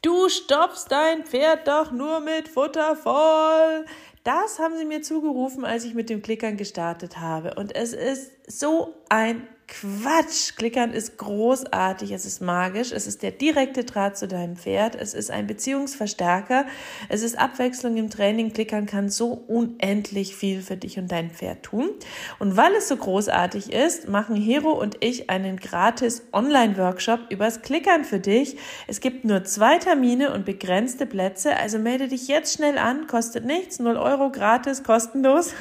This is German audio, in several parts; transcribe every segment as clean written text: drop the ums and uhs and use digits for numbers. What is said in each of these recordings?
Du stopfst dein Pferd doch nur mit Futter voll. Das haben sie mir zugerufen, als ich mit dem Klickern gestartet habe. Und es ist so ein Quatsch. Klickern ist großartig, es ist magisch, es ist der direkte Draht zu deinem Pferd, es ist ein Beziehungsverstärker, es ist Abwechslung im Training. Klickern kann so unendlich viel für dich und dein Pferd tun. Und weil es so großartig ist, machen Hero und ich einen gratis Online-Workshop übers Klickern für dich. Es gibt nur 2 Termine und begrenzte Plätze, also melde dich jetzt schnell an, kostet nichts, 0 Euro, gratis, kostenlos.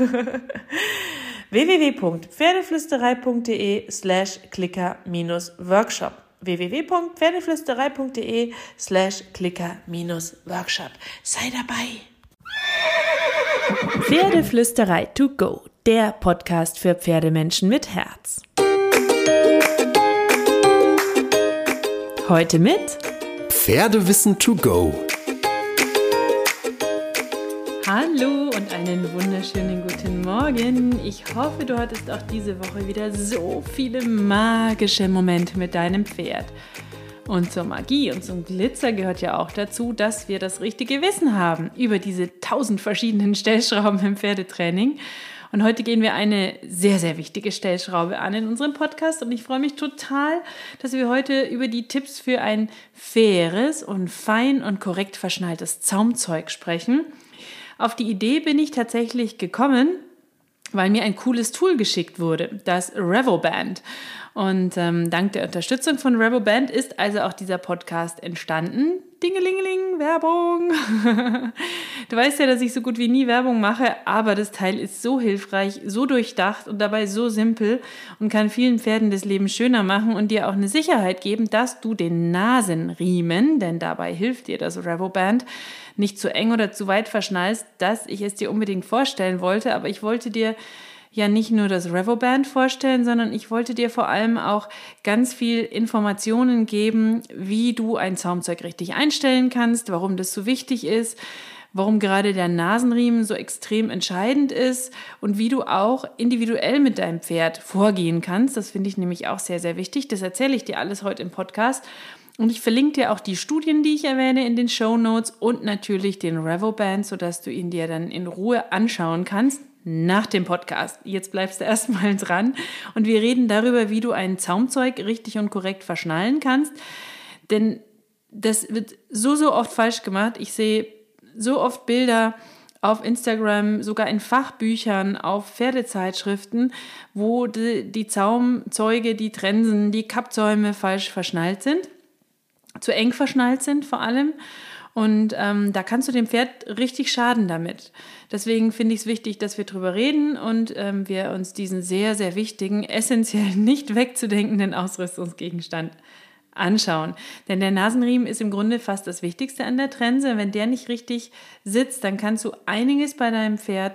www.pferdeflüsterei.de/klicker-workshop www.pferdeflüsterei.de/klicker-workshop. Sei dabei! Pferdeflüsterei to go, der Podcast für Pferdemenschen mit Herz. Heute mit Pferdewissen to go. Hallo und einen wunderschönen guten Morgen. Ich hoffe, du hattest auch diese Woche wieder so viele magische Momente mit deinem Pferd. Und zur Magie und zum Glitzer gehört ja auch dazu, dass wir das richtige Wissen haben über diese 1000 verschiedenen Stellschrauben im Pferdetraining. Und heute gehen wir eine sehr, sehr wichtige Stellschraube an in unserem Podcast. Und ich freue mich total, dass wir heute über die Tipps für ein faires und fein und korrekt verschnalltes Zaumzeug sprechen. Auf die Idee bin ich tatsächlich gekommen, weil mir ein cooles Tool geschickt wurde, das Revoband. Und dank der Unterstützung von Revoband ist also auch dieser Podcast entstanden. Dingelingeling, Werbung. Du weißt ja, dass ich so gut wie nie Werbung mache, aber das Teil ist so hilfreich, so durchdacht und dabei so simpel und kann vielen Pferden das Leben schöner machen und dir auch eine Sicherheit geben, dass du den Nasenriemen, denn dabei hilft dir das Revoband, nicht zu eng oder zu weit verschnallst, dass ich es dir unbedingt vorstellen wollte, aber ich wollte dir ja nicht nur das Revoband vorstellen, sondern ich wollte dir vor allem auch ganz viel Informationen geben, wie du ein Zaumzeug richtig einstellen kannst, warum das so wichtig ist, warum gerade der Nasenriemen so extrem entscheidend ist und wie du auch individuell mit deinem Pferd vorgehen kannst. Das finde ich nämlich auch sehr, sehr wichtig. Das erzähle ich dir alles heute im Podcast. Und ich verlinke dir auch die Studien, die ich erwähne, in den Shownotes und natürlich den Revoband, sodass du ihn dir dann in Ruhe anschauen kannst nach dem Podcast. Jetzt bleibst du erstmal dran und wir reden darüber, wie du ein Zaumzeug richtig und korrekt verschnallen kannst. Denn das wird so oft falsch gemacht. Ich sehe so oft Bilder auf Instagram, sogar in Fachbüchern, auf Pferdezeitschriften, wo die Zaumzeuge, die Trensen, die Kappzäume falsch verschnallt sind. Zu eng verschnallt sind vor allem und da kannst du dem Pferd richtig schaden damit. Deswegen finde ich es wichtig, dass wir drüber reden und wir uns diesen sehr, sehr wichtigen, essentiell nicht wegzudenkenden Ausrüstungsgegenstand anschauen. Denn der Nasenriemen ist im Grunde fast das Wichtigste an der Trense. Wenn der nicht richtig sitzt, dann kannst du einiges bei deinem Pferd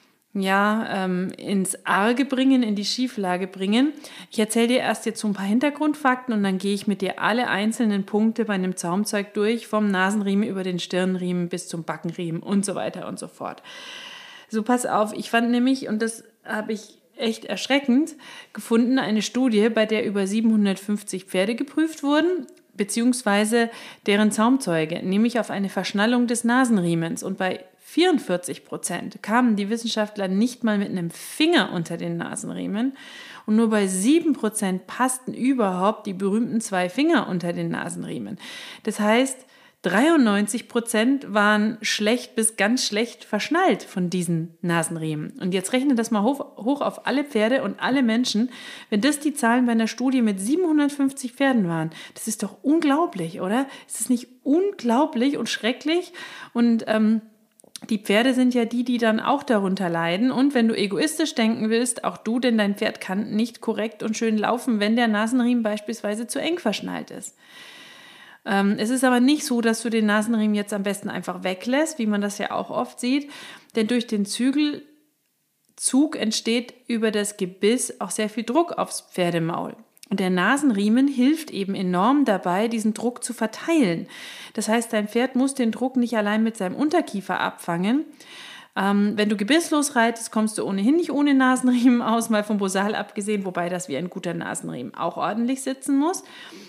ins Arge bringen, in die Schieflage bringen. Ich erzähle dir erst jetzt so ein paar Hintergrundfakten und dann gehe ich mit dir alle einzelnen Punkte bei einem Zaumzeug durch, vom Nasenriemen über den Stirnriemen bis zum Backenriemen und so weiter und so fort. So, pass auf, ich fand nämlich, und das habe ich echt erschreckend gefunden, eine Studie, bei der über 750 Pferde geprüft wurden, beziehungsweise deren Zaumzeuge, nämlich auf eine Verschnallung des Nasenriemens. Und bei 44% kamen die Wissenschaftler nicht mal mit einem Finger unter den Nasenriemen und nur bei 7% passten überhaupt die berühmten 2 Finger unter den Nasenriemen. Das heißt, 93% waren schlecht bis ganz schlecht verschnallt von diesen Nasenriemen. Und jetzt rechne das mal hoch auf alle Pferde und alle Menschen. Wenn das die Zahlen bei einer Studie mit 750 Pferden waren, das ist doch unglaublich, oder? Ist das nicht unglaublich und schrecklich? Und die Pferde sind ja die dann auch darunter leiden. Und wenn du egoistisch denken willst, auch du, denn dein Pferd kann nicht korrekt und schön laufen, wenn der Nasenriemen beispielsweise zu eng verschnallt ist. Es ist aber nicht so, dass du den Nasenriemen jetzt am besten einfach weglässt, wie man das ja auch oft sieht. Denn durch den Zügelzug entsteht über das Gebiss auch sehr viel Druck aufs Pferdemaul. Und der Nasenriemen hilft eben enorm dabei, diesen Druck zu verteilen. Das heißt, dein Pferd muss den Druck nicht allein mit seinem Unterkiefer abfangen. Wenn du gebisslos reitest, kommst du ohnehin nicht ohne Nasenriemen aus, mal vom Bosal abgesehen, wobei das wie ein guter Nasenriemen auch ordentlich sitzen muss.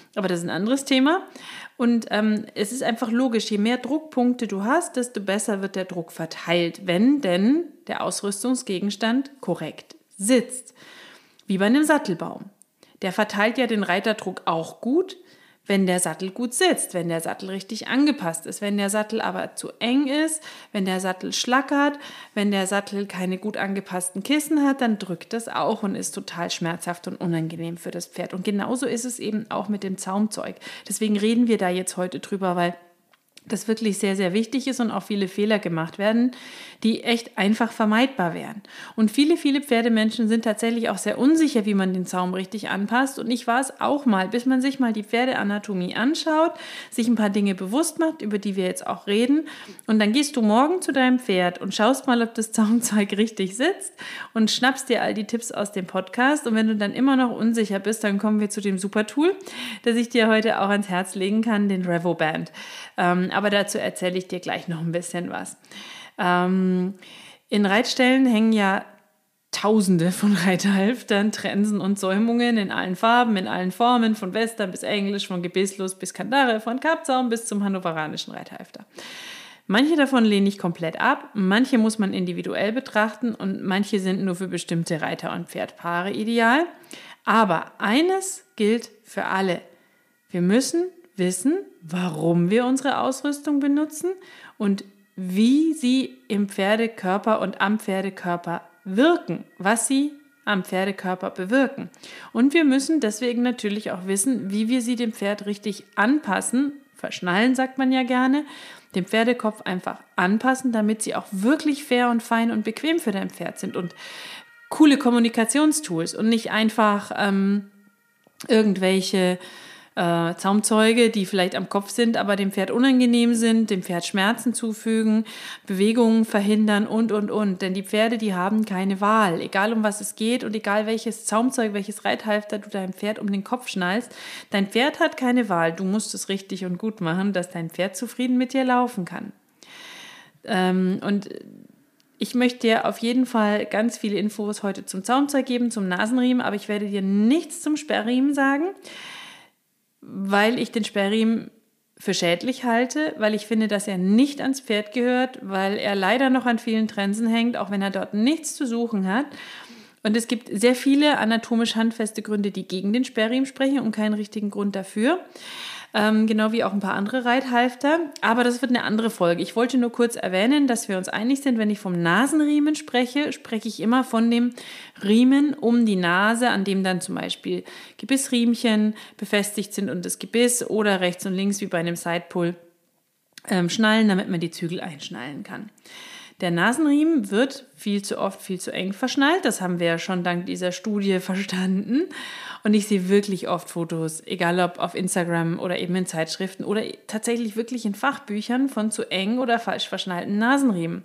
Aber das ist ein anderes Thema. Und es ist einfach logisch, je mehr Druckpunkte du hast, desto besser wird der Druck verteilt, wenn denn der Ausrüstungsgegenstand korrekt sitzt. Wie bei einem Sattelbaum. Der verteilt ja den Reiterdruck auch gut, wenn der Sattel gut sitzt, wenn der Sattel richtig angepasst ist. Wenn der Sattel aber zu eng ist, wenn der Sattel schlackert, wenn der Sattel keine gut angepassten Kissen hat, dann drückt das auch und ist total schmerzhaft und unangenehm für das Pferd. Und genauso ist es eben auch mit dem Zaumzeug. Deswegen reden wir da jetzt heute drüber, weil das wirklich sehr, sehr wichtig ist und auch viele Fehler gemacht werden, die echt einfach vermeidbar wären. Und viele, viele Pferdemenschen sind tatsächlich auch sehr unsicher, wie man den Zaum richtig anpasst. Und ich war es auch mal, bis man sich mal die Pferdeanatomie anschaut, sich ein paar Dinge bewusst macht, über die wir jetzt auch reden. Und dann gehst du morgen zu deinem Pferd und schaust mal, ob das Zaumzeug richtig sitzt und schnappst dir all die Tipps aus dem Podcast. Und wenn du dann immer noch unsicher bist, dann kommen wir zu dem super Tool, das ich dir heute auch ans Herz legen kann, den Revoband. Aber dazu erzähle ich dir gleich noch ein bisschen was. In Reitstellen hängen ja Tausende von Reiterhalftern, Trensen und Säumungen in allen Farben, in allen Formen, von Western bis Englisch, von Gebisslos bis Kandare, von Kappzaum bis zum hannoveranischen Reiterhalfter. Manche davon lehne ich komplett ab, manche muss man individuell betrachten und manche sind nur für bestimmte Reiter- und Pferdpaare ideal. Aber eines gilt für alle. Wir müssen wissen, warum wir unsere Ausrüstung benutzen und wie sie im Pferdekörper und am Pferdekörper wirken, was sie am Pferdekörper bewirken. Und wir müssen deswegen natürlich auch wissen, wie wir sie dem Pferd richtig anpassen, verschnallen sagt man ja gerne, den Pferdekopf einfach anpassen, damit sie auch wirklich fair und fein und bequem für dein Pferd sind und coole Kommunikationstools und nicht einfach irgendwelche Zaumzeuge, die vielleicht am Kopf sind, aber dem Pferd unangenehm sind, dem Pferd Schmerzen zufügen, Bewegungen verhindern und. Denn die Pferde, die haben keine Wahl, egal um was es geht und egal welches Zaumzeug, welches Reithalfter du deinem Pferd um den Kopf schnallst, dein Pferd hat keine Wahl. Du musst es richtig und gut machen, dass dein Pferd zufrieden mit dir laufen kann. Und ich möchte dir auf jeden Fall ganz viele Infos heute zum Zaumzeug geben, zum Nasenriemen, aber ich werde dir nichts zum Sperrriemen sagen, weil ich den Sperrriemen für schädlich halte, weil ich finde, dass er nicht ans Pferd gehört, weil er leider noch an vielen Trensen hängt, auch wenn er dort nichts zu suchen hat. Und es gibt sehr viele anatomisch handfeste Gründe, die gegen den Sperrriemen sprechen und keinen richtigen Grund dafür. Genau wie auch ein paar andere Reithalfter. Aber das wird eine andere Folge. Ich wollte nur kurz erwähnen, dass wir uns einig sind, wenn ich vom Nasenriemen spreche, spreche ich immer von dem Riemen um die Nase, an dem dann zum Beispiel Gebissriemchen befestigt sind und das Gebiss oder rechts und links wie bei einem Sidepull schnallen, damit man die Zügel einschnallen kann. Der Nasenriemen wird viel zu oft, viel zu eng verschnallt. Das haben wir ja schon dank dieser Studie verstanden. Und ich sehe wirklich oft Fotos, egal ob auf Instagram oder eben in Zeitschriften oder tatsächlich wirklich in Fachbüchern von zu eng oder falsch verschnallten Nasenriemen.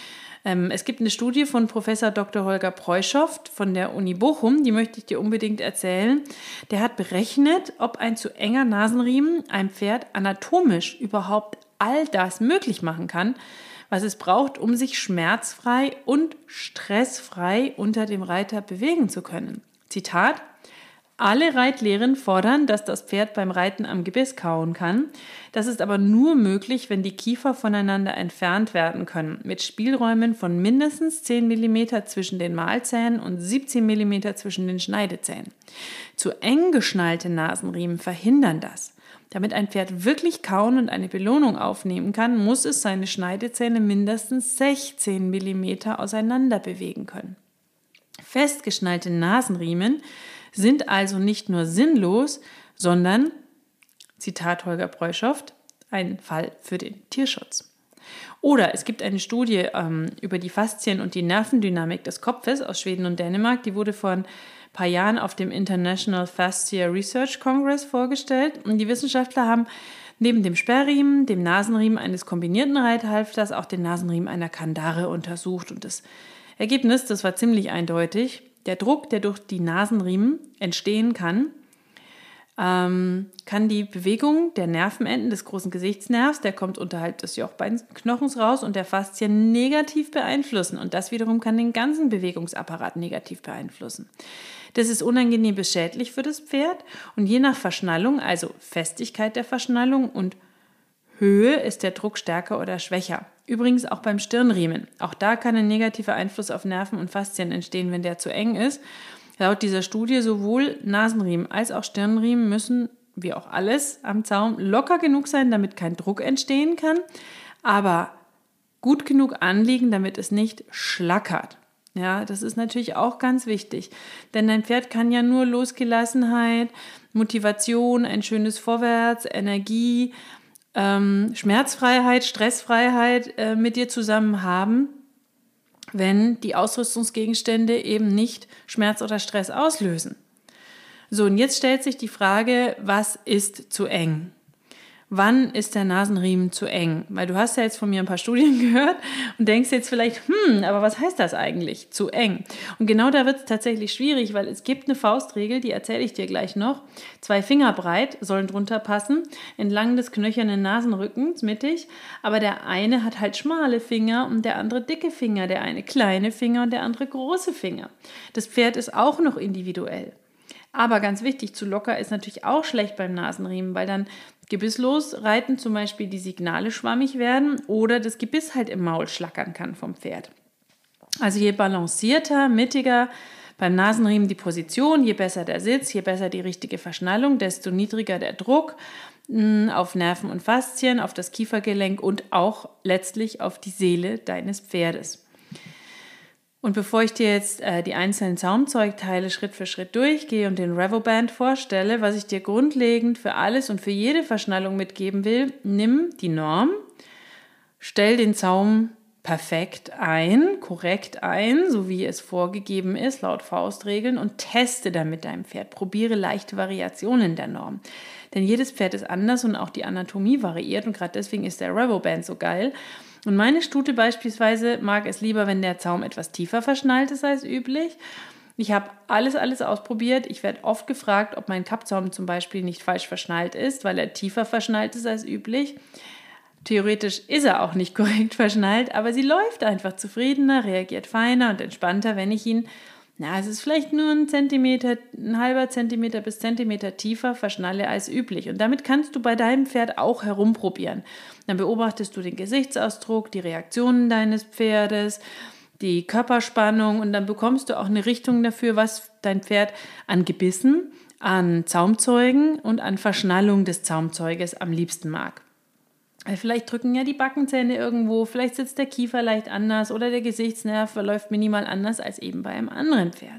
Es gibt eine Studie von Professor Dr. Holger Preuschow von der Uni Bochum, die möchte ich dir unbedingt erzählen. Der hat berechnet, ob ein zu enger Nasenriemen einem Pferd anatomisch überhaupt all das möglich machen kann, was es braucht, um sich schmerzfrei und stressfrei unter dem Reiter bewegen zu können. Zitat: Alle Reitlehren fordern, dass das Pferd beim Reiten am Gebiss kauen kann. Das ist aber nur möglich, wenn die Kiefer voneinander entfernt werden können, mit Spielräumen von mindestens 10 mm zwischen den Mahlzähnen und 17 mm zwischen den Schneidezähnen. Zu eng geschnallte Nasenriemen verhindern das. Damit ein Pferd wirklich kauen und eine Belohnung aufnehmen kann, muss es seine Schneidezähne mindestens 16 mm auseinander bewegen können. Festgeschnallte Nasenriemen sind also nicht nur sinnlos, sondern, Zitat Holger Preuschow, ein Fall für den Tierschutz. Oder es gibt eine Studie über die Faszien und die Nervendynamik des Kopfes aus Schweden und Dänemark, die wurde vor ein paar Jahren auf dem International Fascia Research Congress vorgestellt. Und die Wissenschaftler haben neben dem Sperrriemen, dem Nasenriemen eines kombinierten Reithalfters auch den Nasenriemen einer Kandare untersucht. Und das Ergebnis, das war ziemlich eindeutig. Der Druck, der durch die Nasenriemen entstehen kann die Bewegung der Nervenenden des großen Gesichtsnervs, der kommt unterhalb des Jochbeinknochens raus, und der Faszien negativ beeinflussen. Und das wiederum kann den ganzen Bewegungsapparat negativ beeinflussen. Das ist unangenehm bis schädlich für das Pferd und je nach Verschnallung, also Festigkeit der Verschnallung und Höhe, ist der Druck stärker oder schwächer. Übrigens auch beim Stirnriemen. Auch da kann ein negativer Einfluss auf Nerven und Faszien entstehen, wenn der zu eng ist. Laut dieser Studie sowohl Nasenriemen als auch Stirnriemen müssen, wie auch alles am Zaum, locker genug sein, damit kein Druck entstehen kann, aber gut genug anliegen, damit es nicht schlackert. Ja, das ist natürlich auch ganz wichtig, denn dein Pferd kann ja nur Losgelassenheit, Motivation, ein schönes Vorwärts, Energie, Schmerzfreiheit, Stressfreiheit mit dir zusammen haben, wenn die Ausrüstungsgegenstände eben nicht Schmerz oder Stress auslösen. So, und jetzt stellt sich die Frage, was ist zu eng? Wann ist der Nasenriemen zu eng? Weil du hast ja jetzt von mir ein paar Studien gehört und denkst jetzt vielleicht, aber was heißt das eigentlich, zu eng? Und genau da wird es tatsächlich schwierig, weil es gibt eine Faustregel, die erzähle ich dir gleich noch. 2 Finger breit sollen drunter passen, entlang des knöchernen Nasenrückens, mittig. Aber der eine hat halt schmale Finger und der andere dicke Finger, der eine kleine Finger und der andere große Finger. Das Pferd ist auch noch individuell. Aber ganz wichtig, zu locker ist natürlich auch schlecht beim Nasenriemen, weil dann gebisslos reiten zum Beispiel die Signale schwammig werden oder das Gebiss halt im Maul schlackern kann vom Pferd. Also je balancierter, mittiger beim Nasenriemen die Position, je besser der Sitz, je besser die richtige Verschnallung, desto niedriger der Druck auf Nerven und Faszien, auf das Kiefergelenk und auch letztlich auf die Seele deines Pferdes. Und bevor ich dir jetzt die einzelnen Zaumzeugteile Schritt für Schritt durchgehe und den Revoband vorstelle, was ich dir grundlegend für alles und für jede Verschnallung mitgeben will, nimm die Norm, stell den Zaum perfekt ein, korrekt ein, so wie es vorgegeben ist, laut Faustregeln, und teste damit deinem Pferd. Probiere leichte Variationen der Norm. Denn jedes Pferd ist anders und auch die Anatomie variiert und gerade deswegen ist der Revoband so geil. Und meine Stute beispielsweise mag es lieber, wenn der Zaum etwas tiefer verschnallt ist als üblich. Ich habe alles ausprobiert. Ich werde oft gefragt, ob mein Kappzaum zum Beispiel nicht falsch verschnallt ist, weil er tiefer verschnallt ist als üblich. Theoretisch ist er auch nicht korrekt verschnallt, aber sie läuft einfach zufriedener, reagiert feiner und entspannter, wenn ich ihn, es ist vielleicht nur ein halber Zentimeter bis Zentimeter tiefer verschnalle als üblich. Und damit kannst du bei deinem Pferd auch herumprobieren. Dann beobachtest du den Gesichtsausdruck, die Reaktionen deines Pferdes, die Körperspannung und dann bekommst du auch eine Richtung dafür, was dein Pferd an Gebissen, an Zaumzeugen und an Verschnallung des Zaumzeuges am liebsten mag. Vielleicht drücken ja die Backenzähne irgendwo, vielleicht sitzt der Kiefer leicht anders oder der Gesichtsnerv verläuft minimal anders als eben bei einem anderen Pferd.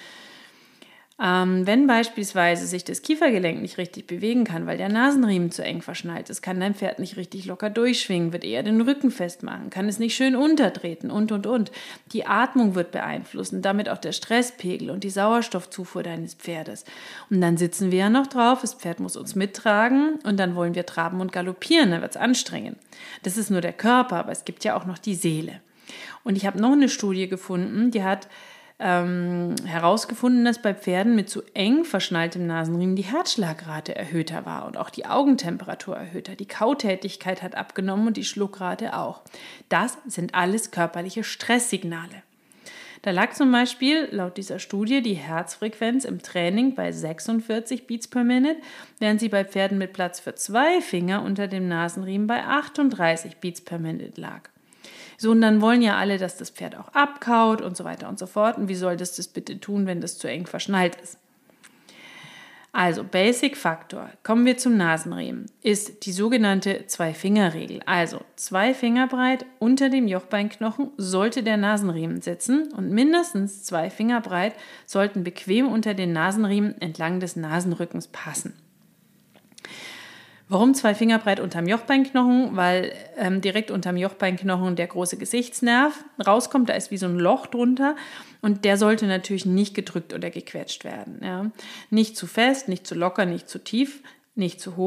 Wenn beispielsweise sich das Kiefergelenk nicht richtig bewegen kann, weil der Nasenriemen zu eng verschnallt ist, kann dein Pferd nicht richtig locker durchschwingen, wird eher den Rücken festmachen, kann es nicht schön untertreten und. Die Atmung wird beeinflussen, damit auch der Stresspegel und die Sauerstoffzufuhr deines Pferdes. Und dann sitzen wir ja noch drauf, das Pferd muss uns mittragen und dann wollen wir traben und galoppieren, dann wird es anstrengend. Das ist nur der Körper, aber es gibt ja auch noch die Seele. Und ich habe noch eine Studie gefunden, die hat herausgefunden, dass bei Pferden mit zu eng verschnalltem Nasenriemen die Herzschlagrate erhöhter war und auch die Augentemperatur erhöhter. Die Kautätigkeit hat abgenommen und die Schluckrate auch. Das sind alles körperliche Stresssignale. Da lag zum Beispiel laut dieser Studie die Herzfrequenz im Training bei 46 Beats per Minute, während sie bei Pferden mit Platz für 2 Finger unter dem Nasenriemen bei 38 Beats per Minute lag. So, und dann wollen ja alle, dass das Pferd auch abkaut und so weiter und so fort. Und wie soll das bitte tun, wenn das zu eng verschnallt ist? Also, Basic-Faktor, kommen wir zum Nasenriemen, ist die sogenannte 2-Finger-Regel. Also, 2 Finger breit unter dem Jochbeinknochen sollte der Nasenriemen sitzen und mindestens 2 Finger breit sollten bequem unter den Nasenriemen entlang des Nasenrückens passen. Warum 2 Finger breit unterm Jochbeinknochen? Weil direkt unterm Jochbeinknochen der große Gesichtsnerv rauskommt, da ist wie so ein Loch drunter und der sollte natürlich nicht gedrückt oder gequetscht werden. Ja. Nicht zu fest, nicht zu locker, nicht zu tief, nicht zu hoch.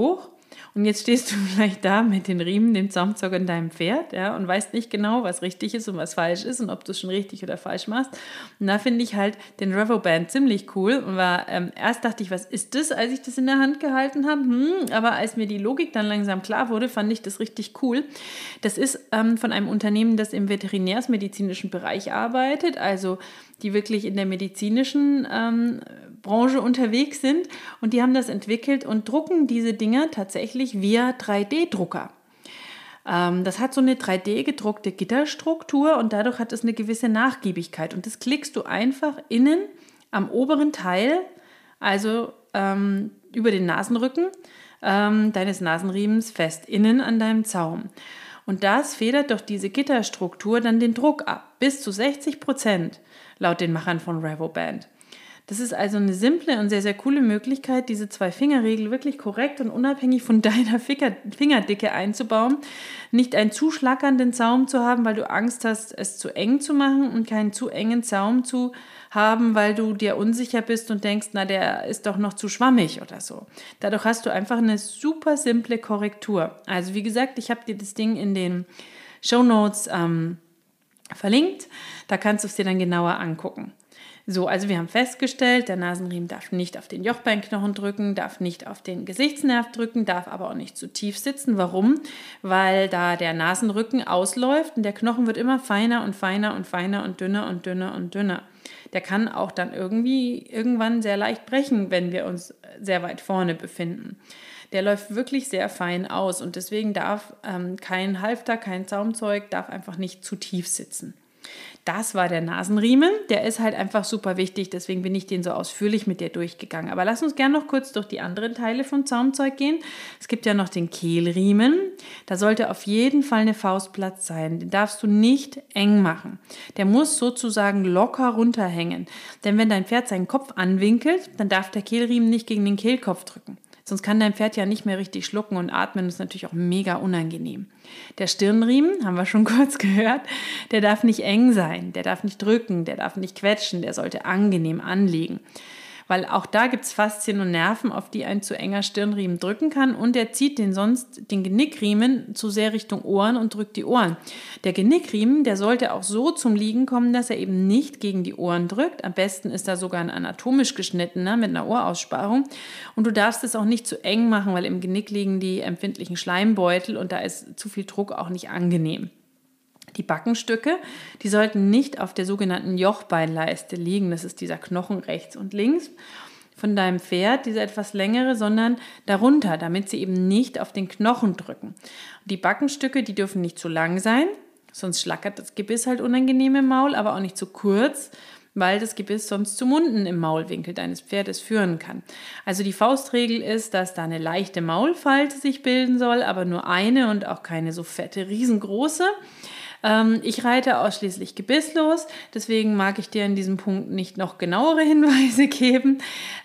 Und jetzt stehst du vielleicht da mit den Riemen, dem Zaumzeug und deinem Pferd, ja, und weißt nicht genau, was richtig ist und was falsch ist und ob du es schon richtig oder falsch machst. Und da finde ich halt den Revoband ziemlich cool und war, erst dachte ich, was ist das, als ich das in der Hand gehalten habe? Aber als mir die Logik dann langsam klar wurde, fand ich das richtig cool. Das ist von einem Unternehmen, das im veterinärsmedizinischen Bereich arbeitet, also die wirklich in der medizinischen Branche unterwegs sind, und die haben das entwickelt und drucken diese Dinger tatsächlich via 3D-Drucker. Das hat so eine 3D-gedruckte Gitterstruktur und dadurch hat es eine gewisse Nachgiebigkeit, und das klickst du einfach innen am oberen Teil, also über den Nasenrücken deines Nasenriemens fest, innen an deinem Zaum. Und das federt durch diese Gitterstruktur dann den Druck ab, bis zu 60%, laut den Machern von Revoband. Das ist also eine simple und sehr, sehr coole Möglichkeit, diese 2-Finger-Regel wirklich korrekt und unabhängig von deiner Fingerdicke einzubauen. Nicht einen zu schlackernden Zaum zu haben, weil du Angst hast, es zu eng zu machen, und keinen zu engen Zaum zu haben, weil du dir unsicher bist und denkst, na, der ist doch noch zu schwammig oder so. Dadurch hast du einfach eine super simple Korrektur. Also wie gesagt, ich habe dir das Ding in den Shownotes verlinkt. Da kannst du es dir dann genauer angucken. So, also wir haben festgestellt, der Nasenriemen darf nicht auf den Jochbeinknochen drücken, darf nicht auf den Gesichtsnerv drücken, darf aber auch nicht zu tief sitzen. Warum? Weil da der Nasenrücken ausläuft und der Knochen wird immer feiner und feiner und feiner und dünner und dünner und dünner. Der kann auch dann irgendwann sehr leicht brechen, wenn wir uns sehr weit vorne befinden. Der läuft wirklich sehr fein aus, und deswegen darf kein Halfter, kein Zaumzeug, darf einfach nicht zu tief sitzen. Das war der Nasenriemen, der ist halt einfach super wichtig, deswegen bin ich den so ausführlich mit dir durchgegangen. Aber lass uns gerne noch kurz durch die anderen Teile vom Zaumzeug gehen. Es gibt ja noch den Kehlriemen, da sollte auf jeden Fall eine Faustplatz sein, den darfst du nicht eng machen. Der muss sozusagen locker runterhängen, denn wenn dein Pferd seinen Kopf anwinkelt, dann darf der Kehlriemen nicht gegen den Kehlkopf drücken. Sonst kann dein Pferd ja nicht mehr richtig schlucken und atmen. Das ist natürlich auch mega unangenehm. Der Stirnriemen, haben wir schon kurz gehört, der darf nicht eng sein, der darf nicht drücken, der darf nicht quetschen, der sollte angenehm anliegen. Weil auch da gibt es Faszien und Nerven, auf die ein zu enger Stirnriemen drücken kann, und der zieht den Genickriemen zu sehr Richtung Ohren und drückt die Ohren. Der Genickriemen, der sollte auch so zum Liegen kommen, dass er eben nicht gegen die Ohren drückt. Am besten ist da sogar ein anatomisch geschnittener mit einer Ohaussparung, und du darfst es auch nicht zu eng machen, weil im Genick liegen die empfindlichen Schleimbeutel und da ist zu viel Druck auch nicht angenehm. Die Backenstücke, die sollten nicht auf der sogenannten Jochbeinleiste liegen. Das ist dieser Knochen rechts und links von deinem Pferd, diese etwas längere, sondern darunter, damit sie eben nicht auf den Knochen drücken. Die Backenstücke, die dürfen nicht zu lang sein, sonst schlackert das Gebiss halt unangenehm im Maul, aber auch nicht zu kurz, weil das Gebiss sonst zu Munden im Maulwinkel deines Pferdes führen kann. Also die Faustregel ist, dass da eine leichte Maulfalte sich bilden soll, aber nur eine und auch keine so fette, riesengroße. Ich reite ausschließlich gebisslos, deswegen mag ich dir in diesem Punkt nicht noch genauere Hinweise geben,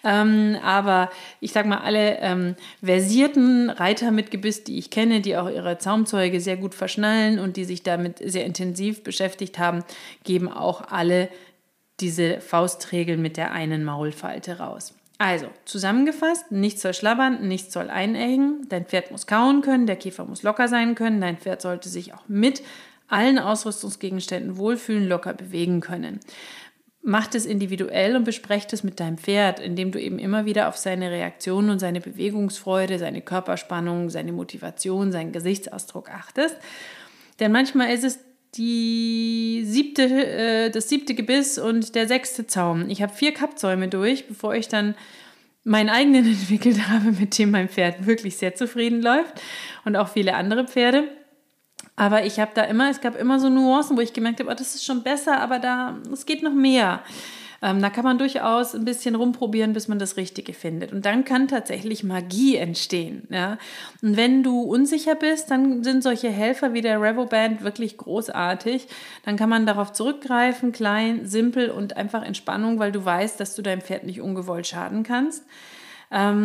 aber ich sag mal, alle versierten Reiter mit Gebiss, die ich kenne, die auch ihre Zaumzeuge sehr gut verschnallen und die sich damit sehr intensiv beschäftigt haben, geben auch alle diese Faustregeln mit der einen Maulfalte raus. Also, zusammengefasst, nichts soll schlabbern, nichts soll einengen, dein Pferd muss kauen können, der Kiefer muss locker sein können, dein Pferd sollte sich auch mit allen Ausrüstungsgegenständen wohlfühlen, locker bewegen können. Macht es individuell und besprecht es mit deinem Pferd, indem du eben immer wieder auf seine Reaktionen und seine Bewegungsfreude, seine Körperspannung, seine Motivation, seinen Gesichtsausdruck achtest. Denn manchmal ist es das siebte Gebiss und der 6. Zaum. Ich habe 4 Kappzäume durch, bevor ich dann meinen eigenen entwickelt habe, mit dem mein Pferd wirklich sehr zufrieden läuft, und auch viele andere Pferde. Aber es gab immer so Nuancen, wo ich gemerkt habe, das ist schon besser, aber es geht noch mehr. Da kann man durchaus ein bisschen rumprobieren, bis man das Richtige findet. Und dann kann tatsächlich Magie entstehen. Ja? Und wenn du unsicher bist, dann sind solche Helfer wie der Revoband wirklich großartig. Dann kann man darauf zurückgreifen, klein, simpel und einfach Entspannung, weil du weißt, dass du deinem Pferd nicht ungewollt schaden kannst.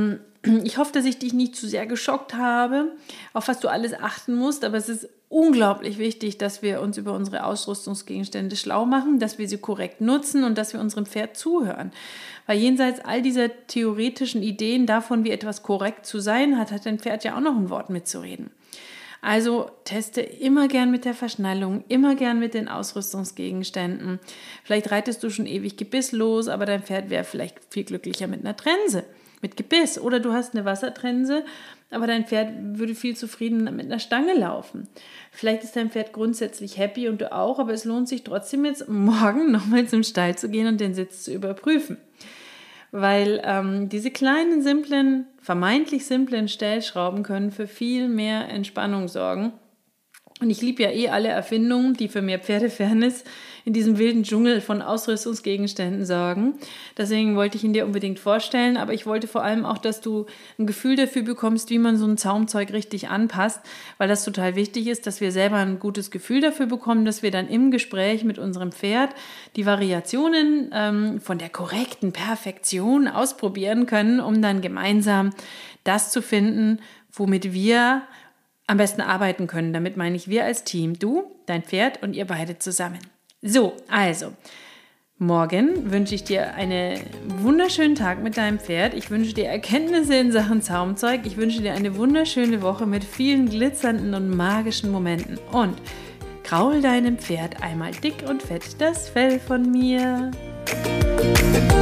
Ich hoffe, dass ich dich nicht zu sehr geschockt habe, auf was du alles achten musst, aber es ist unglaublich wichtig, dass wir uns über unsere Ausrüstungsgegenstände schlau machen, dass wir sie korrekt nutzen und dass wir unserem Pferd zuhören. Weil jenseits all dieser theoretischen Ideen davon, wie etwas korrekt zu sein hat, hat dein Pferd ja auch noch ein Wort mitzureden. Also teste immer gern mit der Verschnallung, immer gern mit den Ausrüstungsgegenständen. Vielleicht reitest du schon ewig gebisslos, aber dein Pferd wäre vielleicht viel glücklicher mit einer Trense, mit Gebiss. Oder du hast eine Wassertrense, aber dein Pferd würde viel zufriedener mit einer Stange laufen. Vielleicht ist dein Pferd grundsätzlich happy und du auch, aber es lohnt sich trotzdem jetzt morgen nochmal zum Stall zu gehen und den Sitz zu überprüfen. Weil diese kleinen, simplen, vermeintlich simplen Stellschrauben können für viel mehr Entspannung sorgen. Und ich liebe ja alle Erfindungen, die für mehr Pferdefairness in diesem wilden Dschungel von Ausrüstungsgegenständen sorgen. Deswegen wollte ich ihn dir unbedingt vorstellen, aber ich wollte vor allem auch, dass du ein Gefühl dafür bekommst, wie man so ein Zaumzeug richtig anpasst, weil das total wichtig ist, dass wir selber ein gutes Gefühl dafür bekommen, dass wir dann im Gespräch mit unserem Pferd die Variationen von der korrekten Perfektion ausprobieren können, um dann gemeinsam das zu finden, womit wir am besten arbeiten können. Damit meine ich wir als Team, du, dein Pferd und ihr beide zusammen. So, also, morgen wünsche ich dir einen wunderschönen Tag mit deinem Pferd. Ich wünsche dir Erkenntnisse in Sachen Zaumzeug. Ich wünsche dir eine wunderschöne Woche mit vielen glitzernden und magischen Momenten. Und kraul deinem Pferd einmal dick und fett das Fell von mir.